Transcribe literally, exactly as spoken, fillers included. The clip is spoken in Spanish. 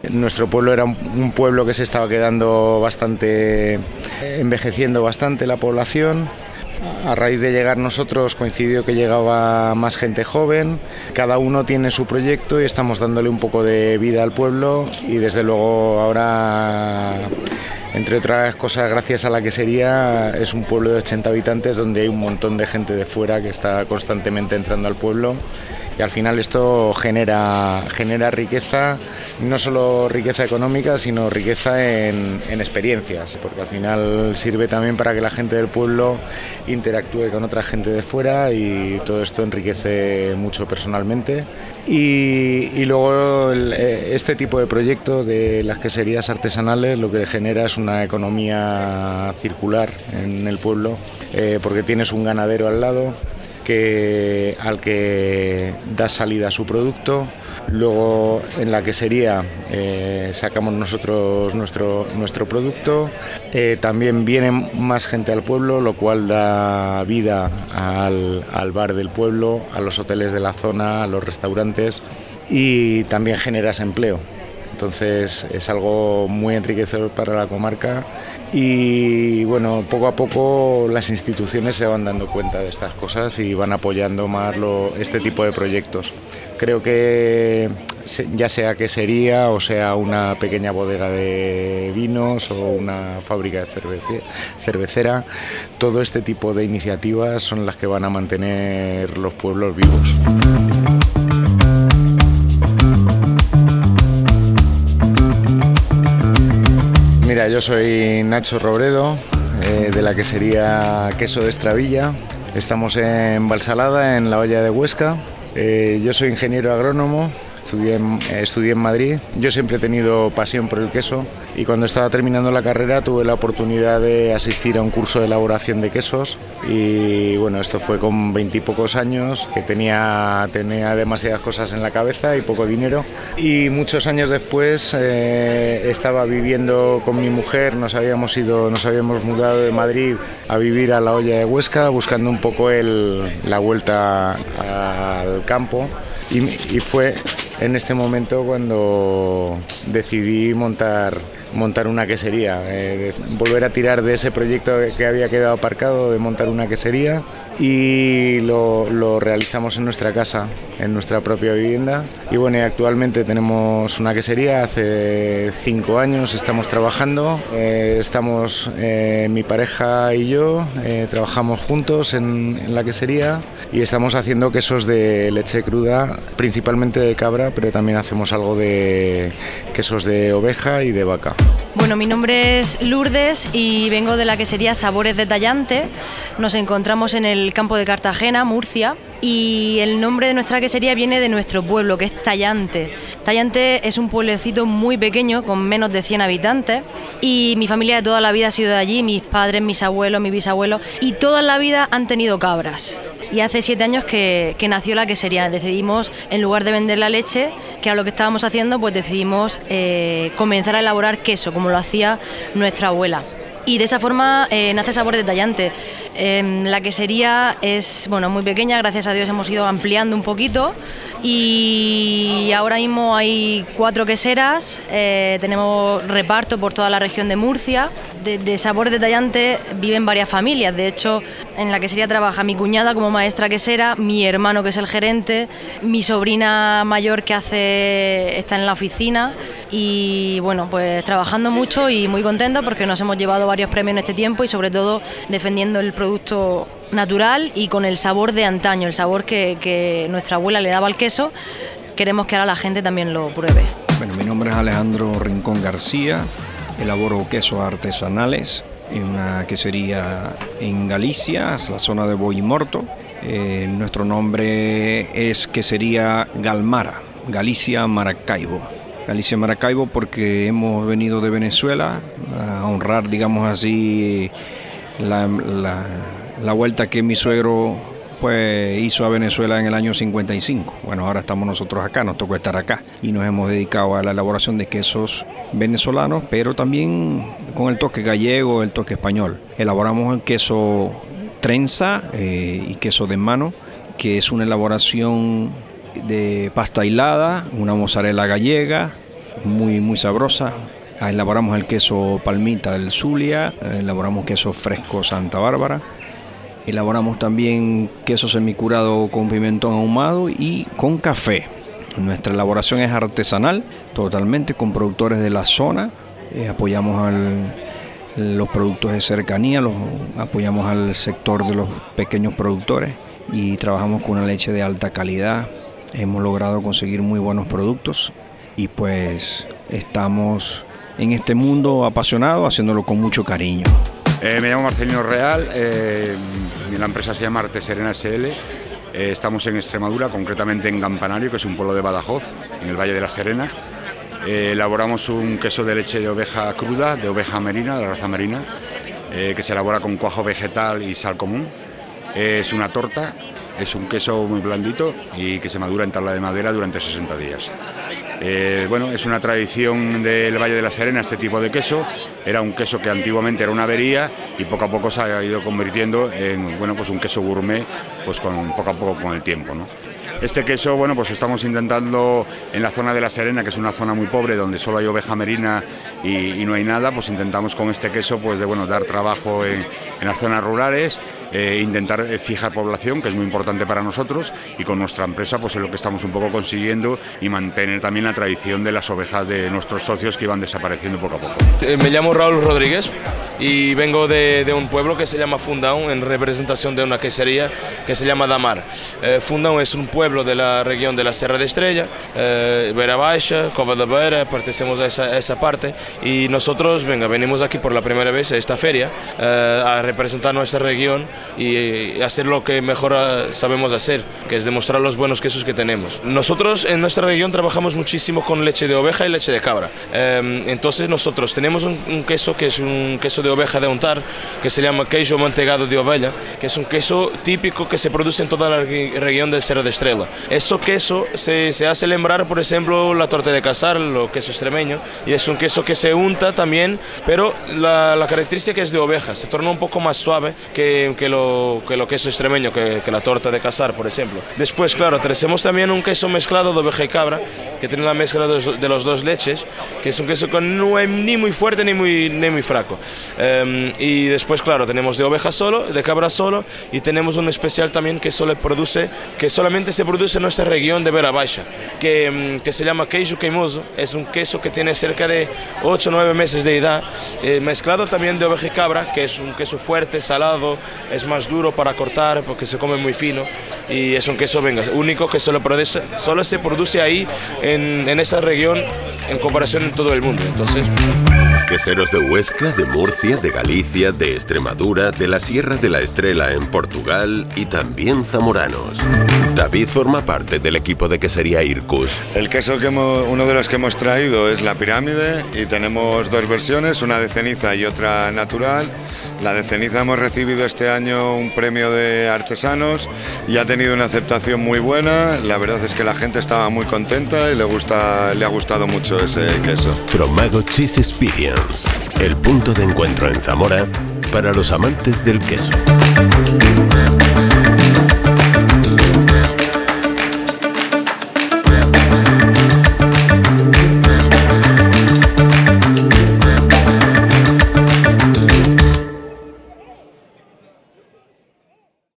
Nuestro pueblo era un, un pueblo que se estaba quedando bastante, envejeciendo bastante la población. A raíz de llegar nosotros coincidió que llegaba más gente joven, cada uno tiene su proyecto y estamos dándole un poco de vida al pueblo y desde luego ahora, entre otras cosas, gracias a la quesería, es un pueblo de ochenta habitantes donde hay un montón de gente de fuera que está constantemente entrando al pueblo. Y al final esto genera, genera riqueza, no solo riqueza económica, sino riqueza en, en experiencias, porque al final sirve también para que la gente del pueblo interactúe con otra gente de fuera y todo esto enriquece mucho personalmente. Y, y luego el, este tipo de proyecto de las queserías artesanales lo que genera es una economía circular en el pueblo, eh, porque tienes un ganadero al lado, que, al que da salida a su producto. Luego en la quesería eh, sacamos nosotros nuestro, nuestro producto. Eh, también viene más gente al pueblo, lo cual da vida al, al bar del pueblo, a los hoteles de la zona, a los restaurantes y también generas empleo. Entonces es algo muy enriquecedor para la comarca y bueno, poco a poco las instituciones se van dando cuenta de estas cosas y van apoyando más lo, este tipo de proyectos. Creo que ya sea quesería o sea una pequeña bodega de vinos o una fábrica de cervece, cervecera, todo este tipo de iniciativas son las que van a mantener los pueblos vivos. Mira, yo soy Nacho Robredo, eh, de la quesería Queso de Estravilla. Estamos en Valsalada, en la Hoya de Huesca. Eh, yo soy ingeniero agrónomo, estudié en, eh, estudié en Madrid. Yo siempre he tenido pasión por el queso y cuando estaba terminando la carrera tuve la oportunidad de asistir a un curso de elaboración de quesos y bueno, esto fue con veintipocos años, que tenía, tenía demasiadas cosas en la cabeza y poco dinero. Y muchos años después eh, estaba viviendo con mi mujer, nos habíamos ido, nos habíamos mudado de Madrid a vivir a la Hoya de Huesca, buscando un poco el, la vuelta al campo. Y, y fue en este momento cuando decidí montar, montar una quesería, eh, volver a tirar de ese proyecto que había quedado aparcado de montar una quesería y lo, lo realizamos en nuestra casa, en nuestra propia vivienda. Y bueno, y actualmente tenemos una quesería, hace cinco años estamos trabajando, eh, estamos eh, mi pareja y yo, eh, trabajamos juntos en, en la quesería y estamos haciendo quesos de leche cruda, principalmente de cabra, pero también hacemos algo de quesos de oveja y de vaca. Bueno, mi nombre es Lourdes y vengo de la quesería Sabores de Tallante. Nos encontramos en el campo de Cartagena, Murcia, y el nombre de nuestra quesería viene de nuestro pueblo, que es Tallante. Tallante es un pueblecito muy pequeño, con menos de cien habitantes, y mi familia de toda la vida ha sido de allí, mis padres, mis abuelos, mis bisabuelos, y toda la vida han tenido cabras. Y hace siete años que, que nació la quesería. Decidimos, en lugar de vender la leche, que era lo que estábamos haciendo, pues decidimos eh, comenzar a elaborar queso, como lo hacía nuestra abuela. Y de esa forma eh, nace Sabor de Tallante. Eh, la quesería es bueno, muy pequeña, gracias a Dios hemos ido ampliando un poquito y ahora mismo hay cuatro queseras, eh, tenemos reparto por toda la región de Murcia. De, de Sabor de Tallante viven varias familias, de hecho en la quesería trabaja mi cuñada como maestra quesera, mi hermano que es el gerente, mi sobrina mayor que hace está en la oficina y bueno, pues trabajando mucho y muy contentos porque nos hemos llevado varios premios en este tiempo y sobre todo defendiendo el producto natural y con el sabor de antaño, el sabor que, que nuestra abuela le daba al queso. Queremos que ahora la gente también lo pruebe. Bueno, mi nombre es Alejandro Rincón García, elaboro quesos artesanales en una quesería en Galicia, es la zona de Boimorto. Eh, nuestro nombre es Quesería Galmara, Galicia Maracaibo. Galicia Maracaibo porque hemos venido de Venezuela a honrar, digamos así, la, la, la vuelta que mi suegro pues hizo a Venezuela en el año cincuenta y cinco. Bueno, ahora estamos nosotros acá, nos tocó estar acá y nos hemos dedicado a la elaboración de quesos venezolanos, pero también con el toque gallego, el toque español. Elaboramos el queso trenza eh, y queso de mano, que es una elaboración de pasta hilada, una mozzarella gallega muy, muy sabrosa. Elaboramos el queso Palmita del Zulia, elaboramos queso fresco Santa Bárbara, elaboramos también queso semicurado con pimentón ahumado y con café. Nuestra elaboración es artesanal, totalmente con productores de la zona. Eh, apoyamos al, los productos de cercanía, los, apoyamos al sector de los pequeños productores y trabajamos con una leche de alta calidad. Hemos logrado conseguir muy buenos productos y pues estamos en este mundo apasionado, haciéndolo con mucho cariño. Eh, me llamo Marcelino Real, eh, la empresa se llama Arteserena S L. Eh, estamos en Extremadura, concretamente en Campanario, que es un pueblo de Badajoz, en el Valle de la Serena. Eh, elaboramos un queso de leche de oveja cruda, de oveja merina, de la raza merina, eh, que se elabora con cuajo vegetal y sal común. Eh, es una torta, es un queso muy blandito y que se madura en tabla de madera durante sesenta días. Eh, bueno, es una tradición del Valle de la Serena este tipo de queso. Era un queso que antiguamente era una avería y poco a poco se ha ido convirtiendo en, bueno, pues un queso gourmet, pues con poco a poco con el tiempo, ¿no? Este queso, bueno, pues estamos intentando en la zona de la Serena, que es una zona muy pobre donde solo hay oveja merina y, y no hay nada, pues intentamos con este queso pues de bueno dar trabajo en, en las zonas rurales. Eh, intentar fijar población, que es muy importante para nosotros, y con nuestra empresa pues es lo que estamos un poco consiguiendo, y mantener también la tradición de las ovejas de nuestros socios que iban desapareciendo poco a poco. Eh, me llamo Raúl Rodríguez y vengo de, de un pueblo que se llama Fundão, en representación de una quesería que se llama Damar. Eh, Fundão es un pueblo de la región de la Serra de Estrella, eh, Beira Baixa, Cova da Beira, pertenecemos a esa, a esa parte, y nosotros venga, venimos aquí por la primera vez a esta feria eh, a representar nuestra región y hacer lo que mejor sabemos hacer, que es demostrar los buenos quesos que tenemos. Nosotros en nuestra región trabajamos muchísimo con leche de oveja y leche de cabra. Eh, entonces nosotros tenemos un, un queso que es un queso de oveja de untar, que se llama queijo mantegado de ovella, que es un queso típico que se produce en toda la región de Serra de Estrella. Ese queso se, se hace lembrar, por ejemplo, la torta de casar, el queso extremeño, y es un queso que se unta también, pero la, la característica es de oveja, se torna un poco más suave que, que lo, que lo queso extremeño, que, que la torta de casar, por ejemplo. Después, claro, tenemos también un queso mezclado de oveja y cabra, que tiene la mezcla de, de los dos leches, que es un queso que no es ni muy fuerte ni muy, ni muy fraco. Um, y después, claro, tenemos de oveja solo, de cabra solo, y tenemos un especial también que, solo produce, que solamente se produce en nuestra región de Beira Baixa, que, um, que se llama queijo queimoso. Es un queso que tiene cerca de ocho o nueve meses de edad, eh, mezclado también de oveja y cabra, que es un queso fuerte, salado, es más duro para cortar porque se come muy fino, y es un queso venga, único que solo, produce, solo se produce ahí en, en esa región en comparación en todo el mundo. Entonces... Queseros de Huesca, de Murcia, de Galicia, de Extremadura, de la Sierra de la Estrela en Portugal y también zamoranos. David forma parte del equipo de quesería Ircus. El queso que hemos, uno de los que hemos traído es la pirámide, y tenemos dos versiones, una de ceniza y otra natural. La de ceniza hemos recibido este año un premio de artesanos y ha tenido una aceptación muy buena. La verdad es que la gente estaba muy contenta y le gusta, le ha gustado mucho ese queso. Fromago Cheese Experience, el punto de encuentro en Zamora para los amantes del queso.